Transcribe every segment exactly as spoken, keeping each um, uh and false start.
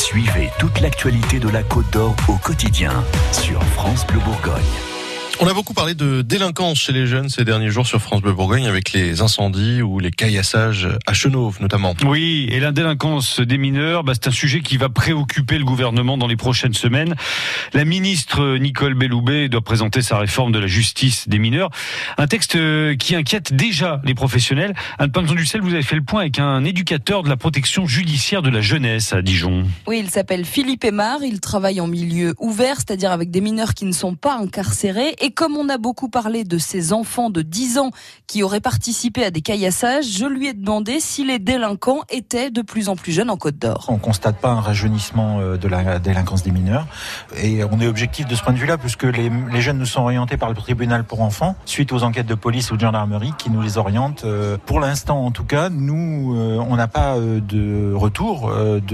Suivez toute l'actualité de la Côte d'Or au quotidien sur France Bleu Bourgogne. On a beaucoup parlé de délinquance chez les jeunes ces derniers jours sur France Bleu Bourgogne avec les incendies ou les caillassages à Chenauve notamment. Oui, et la délinquance des mineurs, bah, c'est un sujet qui va préoccuper le gouvernement dans les prochaines semaines. La ministre Nicole Belloubet doit présenter sa réforme de la justice des mineurs. Un texte qui inquiète déjà les professionnels. Anne Pinson-Dussel, vous avez fait le point avec un éducateur de la protection judiciaire de la jeunesse à Dijon. Oui, il s'appelle Philippe Aymar. Il travaille en milieu ouvert, c'est-à-dire avec des mineurs qui ne sont pas incarcérés. Et comme on a beaucoup parlé de ces enfants de dix ans qui auraient participé à des caillassages, je lui ai demandé si les délinquants étaient de plus en plus jeunes en Côte d'Or. On ne constate pas un rajeunissement de la délinquance des mineurs et on est objectif de ce point de vue-là puisque les, les jeunes nous sont orientés par le tribunal pour enfants suite aux enquêtes de police ou de gendarmerie qui nous les orientent. Pour l'instant, en tout cas, nous, on n'a pas de retour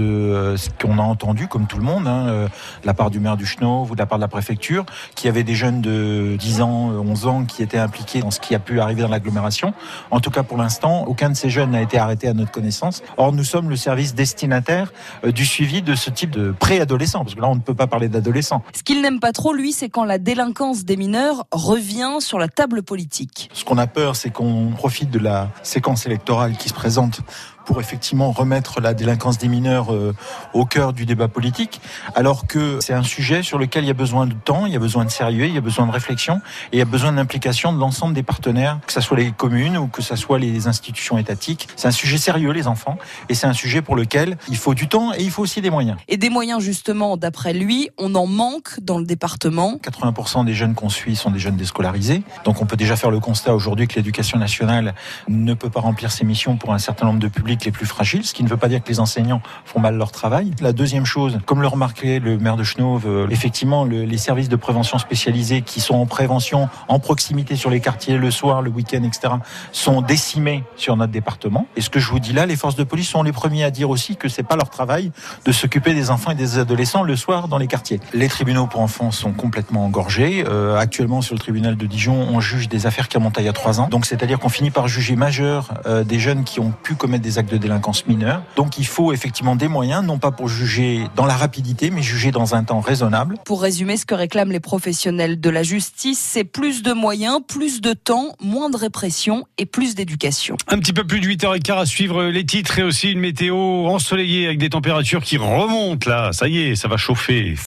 de ce qu'on a entendu, comme tout le monde, hein, de la part du maire du Chenauve ou de la part de la préfecture, qui avait des jeunes de dix ans, onze ans qui étaient impliqués dans ce qui a pu arriver dans l'agglomération. En tout cas, pour l'instant, aucun de ces jeunes n'a été arrêté à notre connaissance. Or, nous sommes le service destinataire du suivi de ce type de préadolescents, parce que là, on ne peut pas parler d'adolescents. Ce qu'il n'aime pas trop, lui, c'est quand la délinquance des mineurs revient sur la table politique. Ce qu'on a peur, c'est qu'on profite de la séquence électorale qui se présente pour effectivement remettre la délinquance des mineurs euh, au cœur du débat politique, alors que c'est un sujet sur lequel il y a besoin de temps, il y a besoin de sérieux, il y a besoin de réflexion, et il y a besoin d'implication de l'ensemble des partenaires, que ce soit les communes ou que ce soit les institutions étatiques. C'est un sujet sérieux, les enfants, et c'est un sujet pour lequel il faut du temps et il faut aussi des moyens. Et des moyens, justement, d'après lui, on en manque dans le département. quatre-vingts pour cent des jeunes qu'on suit sont des jeunes déscolarisés, donc on peut déjà faire le constat aujourd'hui que l'éducation nationale ne peut pas remplir ses missions pour un certain nombre de publics les plus fragiles, ce qui ne veut pas dire que les enseignants font mal leur travail. La deuxième chose, comme le remarquait le maire de Chenauve, euh, effectivement, le, les services de prévention spécialisés qui sont en prévention, en proximité sur les quartiers, le soir, le week-end, et cetera, sont décimés sur notre département. Et ce que je vous dis là, les forces de police sont les premiers à dire aussi que c'est pas leur travail de s'occuper des enfants et des adolescents le soir dans les quartiers. Les tribunaux pour enfants sont complètement engorgés. Euh, actuellement, sur le tribunal de Dijon, on juge des affaires qui remontent à il y a trois ans. Donc, c'est-à-dire qu'on finit par juger majeurs euh, des jeunes qui ont pu commettre des actes de délinquance mineure. Donc il faut effectivement des moyens, non pas pour juger dans la rapidité, mais juger dans un temps raisonnable. Pour résumer, ce que réclament les professionnels de la justice, c'est plus de moyens, plus de temps, moins de répression et plus d'éducation. Un petit peu plus de huit heures quinze à suivre les titres et aussi une météo ensoleillée avec des températures qui remontent là. Ça y est, ça va chauffer.